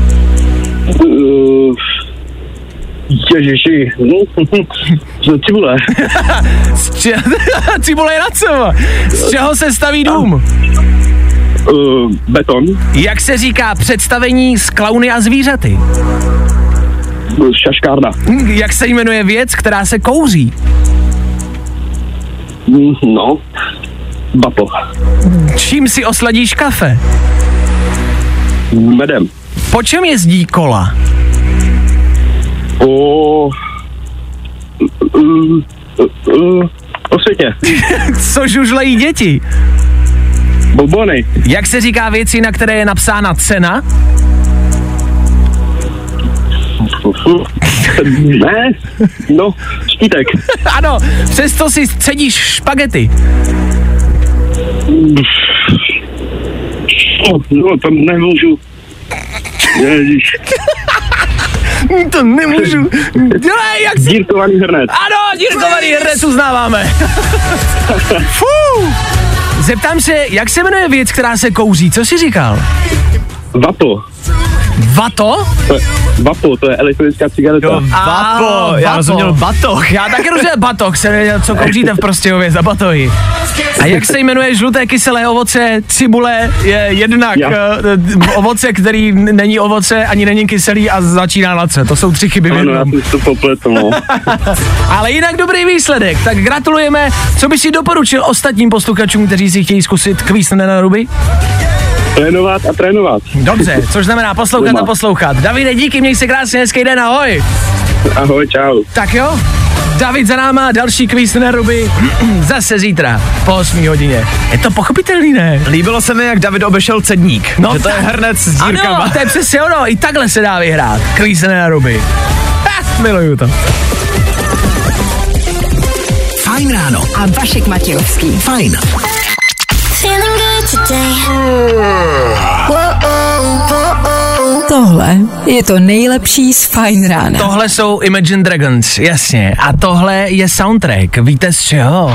Ježiši, cibule. Cibule je na co? Z čeho se staví dům? Beton. Jak se říká představení s klauny a zvířaty? Šaškárna. Jak se jmenuje věc, která se kouří? No, vapo. Čím si osladíš kafe? Medem. Po čem jezdí kola? Po světě. Co žužlejí děti? Bonbony. Jak se říká věci, na které je napsána cena? Ne, no, štítek. Ano, přesto si cedíš špagety. No, to nemůžu. Ježiš. To nemůžu. Dělej, jak si... Dírkovaný hrnec. Ano, dírkovaný hrnec uznáváme. Zeptám se, jak se jmenuje věc, která se kouří? Co jsi říkal? Vapo. Vato? Vapo, to je elektronická cigareta. Jo, vapo, já rozuměl batoh. Já taky rozuměl batoh, jsem věděl, co kouříte v Prostějově za batohy. A jak se jmenuje žluté kyselé ovoce? Cibule je jednak ovoce, který není ovoce, ani není kyselý a začíná na C. To jsou 3 chyby v jednom. Ano, já jsem to popletl, no. Ale jinak dobrý výsledek, tak gratulujeme. Co by si doporučil ostatním posluchačům, kteří si chtějí zkusit kvíz Nenaruby? Trénovat a trénovat. Dobře, což znamená poslouchat a poslouchat. Davide, díky, měj se krásně, hezký den, ahoj. Ahoj, čau. Tak jo, David za náma, další kvíz na ruby, zase zítra po 8 hodině. Je to pochopitelný, ne? Líbilo se mi, jak David obešel cedník, no, že to je hrnec s dírkama. Ano, to je přesně ono, i takhle se dá vyhrát. Kvíz na ruby. Miluju to. Fajn ráno. A Vašek Matějovský. Fajn. Tohle je to nejlepší z Fajn rána. Tohle jsou Imagine Dragons, jasně. A tohle je soundtrack. Víte z čeho?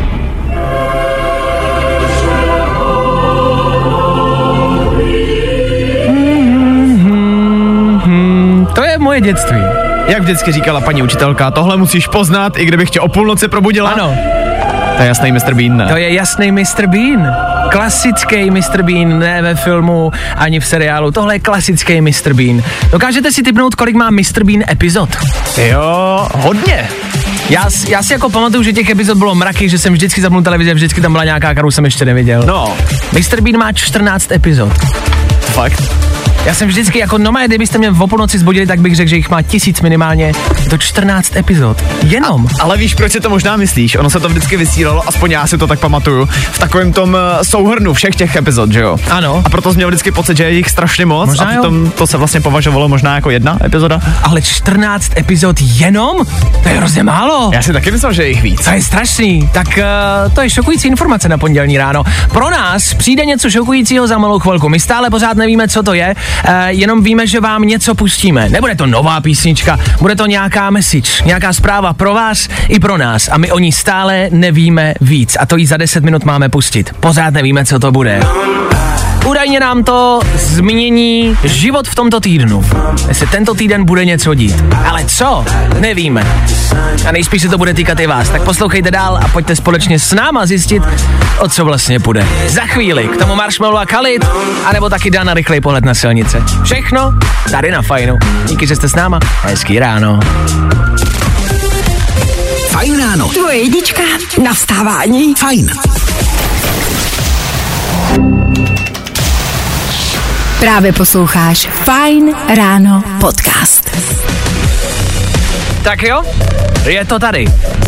To je moje dětství. Jak vždycky říkala paní učitelka, tohle musíš poznat, i kdybych tě o půlnoci probudila. Ano. To je jasný Mr. Bean, ne? To je jasný Mr. Bean. Klasický Mr. Bean, ne ve filmu, ani v seriálu. Tohle je klasický Mr. Bean. Dokážete si tipnout, kolik má Mr. Bean epizod? Jo, hodně. Já si jako pamatuju, že těch epizod bylo mraky, že jsem vždycky zapnul televizi, vždycky tam byla nějaká, kterou jsem ještě neviděl. No. Mr. Bean má 14 epizod. Fakt? Já jsem vždycky jako normálně, kdybyste mě v půlnoci zbudili, tak bych řekl, že jich má 1000 minimálně. To 14 epizod. Jenom. Ale víš, proč si to možná myslíš? Ono se to vždycky vysílalo, aspoň já si to tak pamatuju, v takovém tom souhrnu všech těch epizod, že jo? Ano. A proto jsi měl vždycky pocit, že je jich strašně moc Možná a potom to se vlastně považovalo možná jako jedna epizoda. Ale 14 epizod jenom? To je hrozně málo. Já si taky myslel, že je jich víc. To je strašný. Tak to je šokující informace na pondělní ráno. Pro nás přijde něco šokujícího za malou chvilku. My stále pořád nevíme, co to je, jenom víme, že vám něco pustíme. Nebude to nová písnička, bude to nějaká message, nějaká zpráva pro vás i pro nás a my o ní stále nevíme víc a to jí za 10 minut máme pustit. Pořád nevíme, co to bude. Údajně nám to změní život v tomto týdnu. Jestli tento týden bude něco dít. Ale co? Nevíme. A nejspíš se to bude týkat i vás. Tak poslouchejte dál a pojďte společně s náma zjistit, o co vlastně půjde. Za chvíli k tomu Marshmello a Khalid, anebo taky Dana rychlej pohled na silnice. Všechno tady na Fajnu. Díky, že jste s náma. Hezký ráno. Fajn ráno. Tvoje jednička na vstávání. Fajn. Právě posloucháš Fajn ráno podcast. Tak jo, je to tady.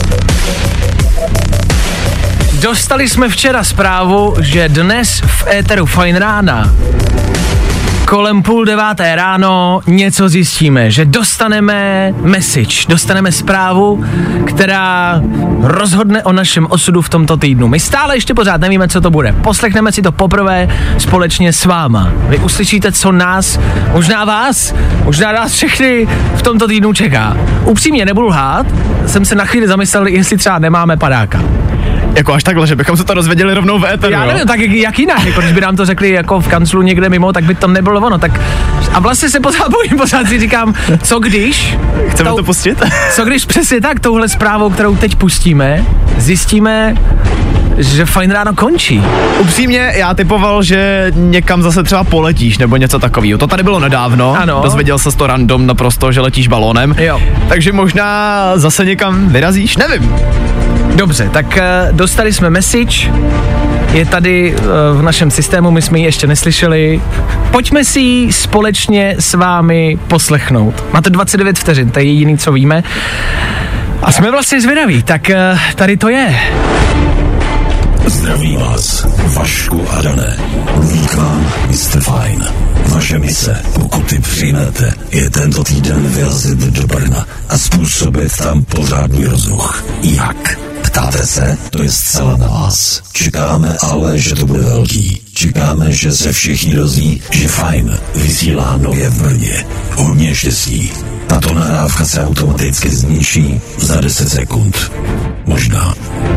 Dostali jsme včera zprávu, že dnes v éteru Fajn rána kolem 8:30 ráno něco zjistíme, že dostaneme message, dostaneme zprávu, která rozhodne o našem osudu v tomto týdnu. My stále ještě pořád nevíme, co to bude. Poslechneme si to poprvé společně s váma. Vy uslyšíte, co nás, možná vás, možná nás všechny v tomto týdnu čeká. Upřímně nebudu lhát, jsem se na chvíli zamyslel, jestli třeba nemáme padáka. Jako až takhle, že bychom se to rozvěděli rovnou v éteru. Já nevím, tak jak jinak, jako když by nám to řekli jako v kanclu někde mimo, tak by to nebylo ono, tak a vlastně se pořád si říkám, co když? Chceme to pustit? Co když přesně tak, touhle zprávou, kterou teď pustíme, zjistíme, že Fajn ráno končí. Upřímně, já typoval, že někam zase třeba poletíš, nebo něco takového. To tady bylo nedávno. Ano. Dozvěděl ses to random naprosto, že letíš balónem. Jo. Takže možná zase někam vyrazíš, nevím. Dobře, tak dostali jsme message, je tady v našem systému, my jsme ji ještě neslyšeli. Pojďme si ji společně s vámi poslechnout. Máte 29 vteřin, to je jediný, co víme. A jsme vlastně zvědaví, tak tady to je. Zdraví vás, Vašku a Dané. Mluví k vám Mr. Fajn. Vaše mise, pokud ty přijmete, je tento týden vyrazit do Brna a způsobit tam pořádný rozruch. Jak? Ptáte se? To je zcela na vás. Čekáme ale, že to bude velký. Čekáme, že se všichni dozví, že Fajn vysílá nově v Brně. Hodně štěstí. Tato nahrávka se automaticky zničí za 10 sekund. Možná.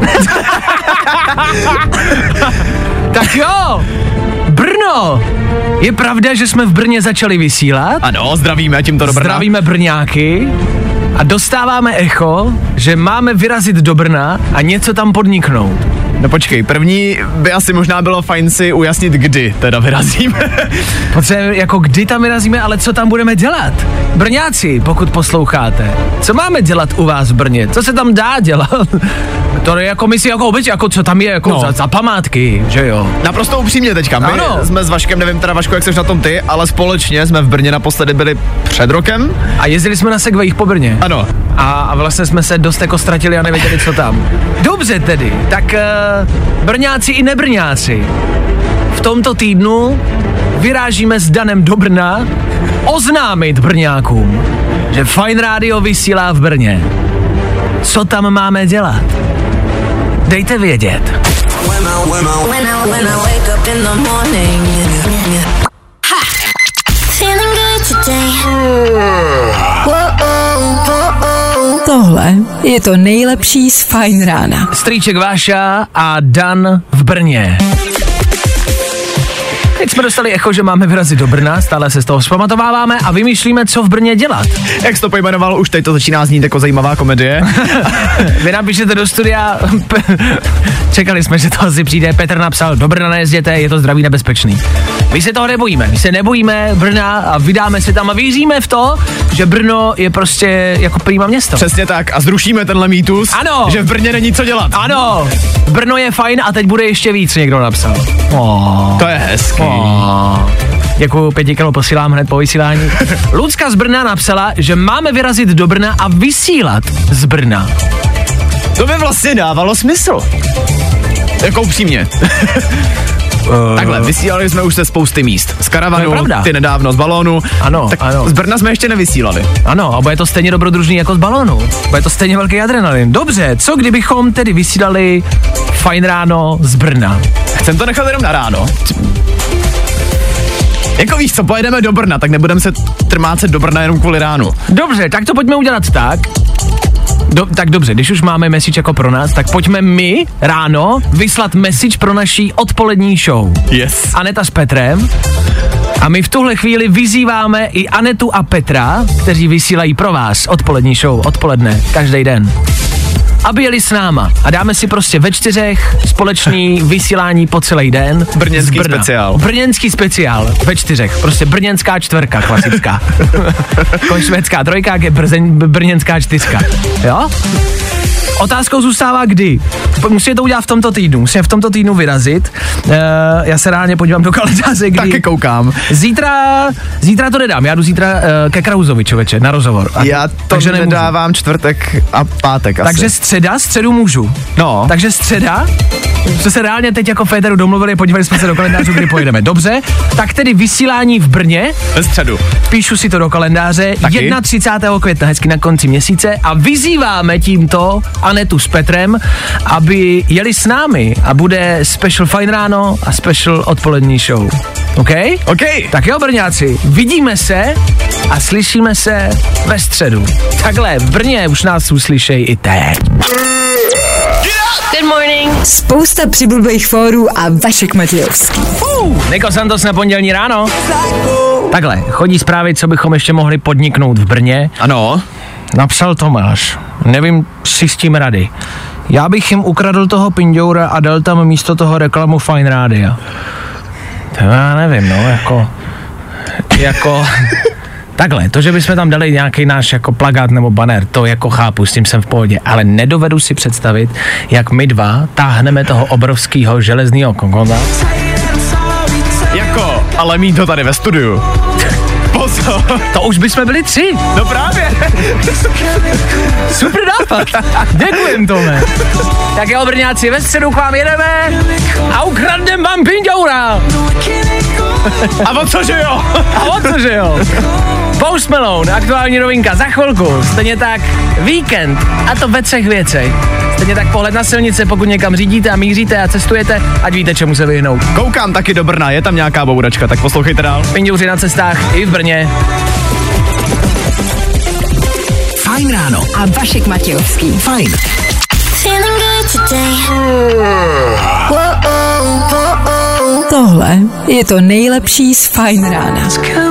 Tak jo, Brno! Je pravda, že jsme v Brně začali vysílat? Ano, zdravíme tímto do Brna. Zdravíme Brňáky a dostáváme echo, že máme vyrazit do Brna a něco tam podniknout. No počkej, první by asi možná bylo fajn si ujasnit, kdy teda vyrazíme. Potřebujeme jako kdy tam vyrazíme, ale co tam budeme dělat? Brňáci, pokud posloucháte, co máme dělat u vás v Brně? Co se tam dá dělat? To je jako myslí jako obecně, jako co tam je, jako za památky, že jo. Naprosto upřímně teďka, my jsme s Vaškem, nevím teda Vašku, jak seš na tom ty, ale společně jsme v Brně naposledy byli před rokem. A jezdili jsme na segwayích po Brně. Ano. A vlastně jsme se dost jako ztratili a nevěděli, co tam. Dobře tedy, tak Brňáci i nebrňáci. V tomto týdnu vyrážíme s Danem do Brna oznámit Brňákům, že Fajn rádio vysílá v Brně. Co tam máme dělat? Dejte vědět. Tohle je to nejlepší z Fajn rána. Strýček Váša a Dan v Brně. Teď jsme dostali echo, že máme vyrazit do Brna, stále se z toho vzpamatováváme a vymýšlíme, co v Brně dělat. Jak jsi to pojmenoval, už teď to začíná znít jako zajímavá komedie. Vy napíšete do studia, čekali jsme, že to asi přijde, Petr napsal, do Brna nejezděte, je to zdraví nebezpečný. My se toho nebojíme, my se nebojíme Brna a vydáme se tam a věříme v to, že Brno je prostě jako prima město. Přesně tak a zrušíme tenhle mýtus, ano, že v Brně není co dělat. Ano, Brno je fajn a teď bude ještě víc, někdo napsal. To je hezký. Děkuju, 5 kilo posílám hned po vysílání. Lucka z Brna napsala, že máme vyrazit do Brna a vysílat z Brna. To by vlastně dávalo smysl. Jako upřímně. Takhle, vysílali jsme už se spousty míst. Z karavanu, ty nedávno z balónu. Ano, tak ano. Z Brna jsme ještě nevysílali. Ano, a bude to stejně dobrodružný jako z balónu. Bude to stejně velký adrenalin. Dobře, co kdybychom tedy vysílali Fajn ráno z Brna? Chcem to nechat jenom na ráno. Jako víš co, pojedeme do Brna, tak nebudeme se trmácet do Brna jenom kvůli ránu. Dobře, tak to pojďme udělat tak. Tak dobře, když už máme message jako pro nás, tak pojďme my ráno vyslat message pro naší odpolední show. Yes. Aneta s Petrem. A my v tuhle chvíli vyzýváme i Anetu a Petra, kteří vysílají pro vás odpolední show, odpoledne, každý den, aby jeli s náma a dáme si prostě ve 4 společný vysílání po celý den. Brněnský speciál. Brněnský speciál ve 4, prostě brněnská 4, klasická. Jako švédská 3, je brněnská 4. Jo? Otázkou zůstává kdy. Musíme to udělat v tomto týdnu. Musíme v tomto týdnu vyrazit. Já se ráně podívám do kalendáře, kdy... Taky koukám. Zítra to nedám. Já jdu zítra ke Krauzovi, člověče, na rozhovor. Já to nedávám čtvrtek a pátek asi. Takže středu můžu. No. Takže středa, jsme se reálně teď jako Féteru domluvili, podívali jsme se do kalendářů, kdy pojedeme. Dobře, tak tedy vysílání v Brně. Ve středu. Píšu si to do kalendáře. Taky? 31. května, hezky na konci měsíce a vyzýváme tímto Anetu s Petrem, aby jeli s námi a bude special Fajn ráno a special odpolední show. OK? OK. Tak jo, Brňáci, vidíme se a slyšíme se ve středu. Takhle, v Brně už nás uslyšej i teď. Good morning. Spousta přibulbých fórů a Vašek Matějovský. Niko Santos na pondělní ráno. Takhle, chodí zprávy, co bychom ještě mohli podniknout v Brně. Ano. Napsal Tomáš, nevím si s tím rady. Já bych jim ukradl toho pindoura a dal tam místo toho reklamu Fajn rádia. To já nevím, no, jako takhle, to, že bychom tam dali nějaký náš jako plakát nebo banner, to jako chápu, s tím jsem v pohodě, ale nedovedu si představit, jak my dva táhneme toho obrovského železného kokonda. Ale mít to tady ve studiu. Pozor. To už bychom byli 3. No právě. Super nápad. Děkujem, Tome. Tak jo, Brňáci, ve středu k vám jedeme a ukradneme vám pindoura. A o cože jo? Post Malone, aktuální novinka za chvilku. Stejně tak Víkend, a to ve 3 věcech. Stejně tak pohled na silnice, pokud někam řídíte a míříte a cestujete, ať víte, čemu se vyhnout. Koukám taky do Brna, je tam nějaká bouračka, tak poslouchejte dál. Pindouři na cestách i v Brně. Fajn ráno. A Vašek Matějovský. Fajn. Tohle je to nejlepší z Fajn rána.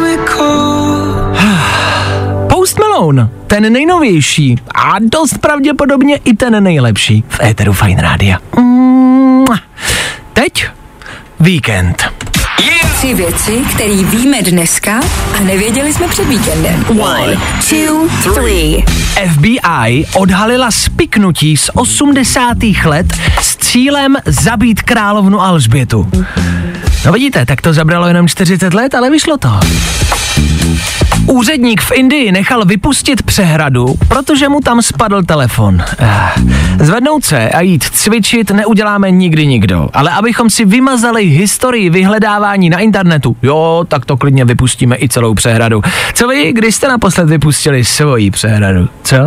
Post Malone, ten nejnovější a dost pravděpodobně i ten nejlepší v éteru Fajn rádia. Teď Víkend. Yeah! 3 věci, které víme dneska a nevěděli jsme před víkendem. 1, 2, 3. FBI odhalila spiknutí z 80. let s cílem zabít královnu Alžbětu. No vidíte, tak to zabralo jenom 40 let, ale vyšlo to. Úředník v Indii nechal vypustit přehradu, protože mu tam spadl telefon. Zvednout se a jít cvičit neuděláme nikdy nikdo, ale abychom si vymazali historii vyhledávání na internetu, jo, tak to klidně vypustíme i celou přehradu. Co vy, když jste naposled vypustili svoji přehradu, co?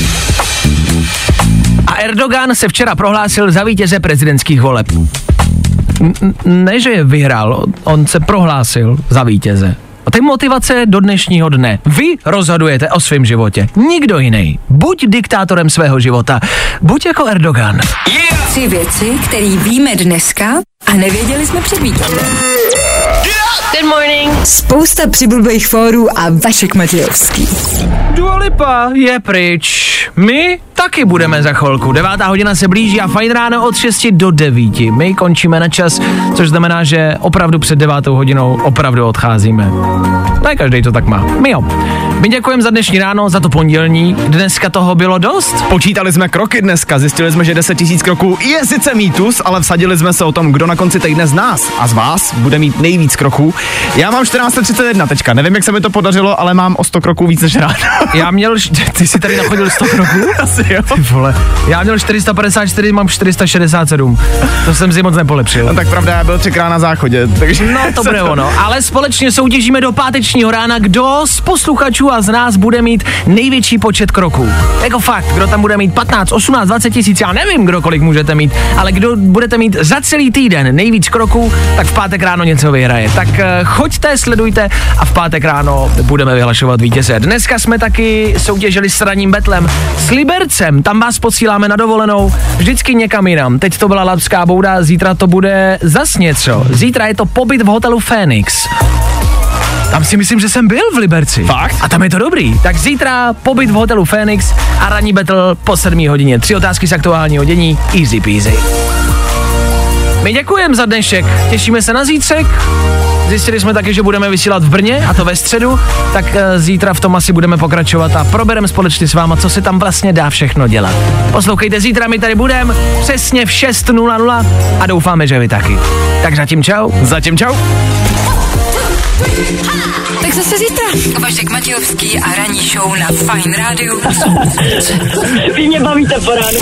A Erdogan se včera prohlásil za vítěze prezidentských voleb. Ne, že je vyhrál, on se prohlásil za vítěze. A to je motivace do dnešního dne. Vy rozhodujete o svém životě. Nikdo jiný. Buď diktátorem svého života, buď jako Erdogan. 3 věci, které víme dneska a nevěděli jsme před víkendem. Good morning. Spousta přibulbých fórů a Vašek Matějovský. Dua Lipa je pryč. My taky budeme za chvilku. 9. hodina se blíží a Fajn ráno od 6 do 9. My končíme na čas, což znamená, že opravdu před 9. hodinou opravdu odcházíme. Ne každý to tak má. My jo. My děkujeme za dnešní ráno, za to pondělní. Dneska toho bylo dost. Počítali jsme kroky dneska, zjistili jsme, že 10 000 kroků je sice mýtus, ale vsadili jsme se o tom, kdo na konci týdne z nás a z vás bude mít nejvíc kroků. Já mám 1431 teďka, nevím, jak se mi to podařilo, ale mám o 100 kroků víc než ráno. Já měl, ty jsi tady nachodil 100 kroků? Asi jo. Ty vole, já měl 454, mám 467. To jsem si moc nepolepšil. No tak pravda, já byl 3krát na záchodě, takže... No to bude ono, ale společně soutěžíme do pátečního rána, kdo z posluchačů a z nás bude mít největší počet kroků. Jako fakt, kdo tam bude mít 15, 18, 20 tisíc, já nevím, kdo kolik můžete mít, ale kdo budete mít za celý týden nejvíc kroků, tak v pátek ráno něco vyhraje. Tak choďte, sledujte a v pátek ráno budeme vyhlašovat vítěze. Dneska jsme taky soutěžili s ranním betlem s Libercem, tam vás posíláme na dovolenou, vždycky někam jinam. Teď to byla Labská bouda, zítra to bude zas něco. Zítra je to pobyt v hotelu Phoenix. Tam si myslím, že jsem byl v Liberci. Fakt? A tam je to dobrý. Tak zítra pobyt v hotelu Phoenix a ranní battle po 7 hodině. 3 otázky z aktuálního dění. Easy peasy. My děkujeme za dnešek. Těšíme se na zítřek. Zjistili jsme taky, že budeme vysílat v Brně, a to ve středu, tak zítra v tom asi budeme pokračovat a probereme společně s váma, co se tam vlastně dá všechno dělat. Poslouchejte, zítra my tady budeme přesně v 6:00 a doufáme, že vy taky. Tak zatím čau. Zatím čau. Tak zase zítra. Vašek Matějovský a ranní show na Fajn rádiu. Vy mě bavíte po ránu.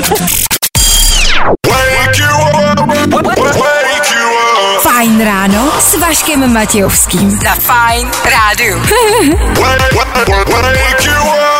Fajn ráno s Vaškem Matějovským. Na Fajn rádiu.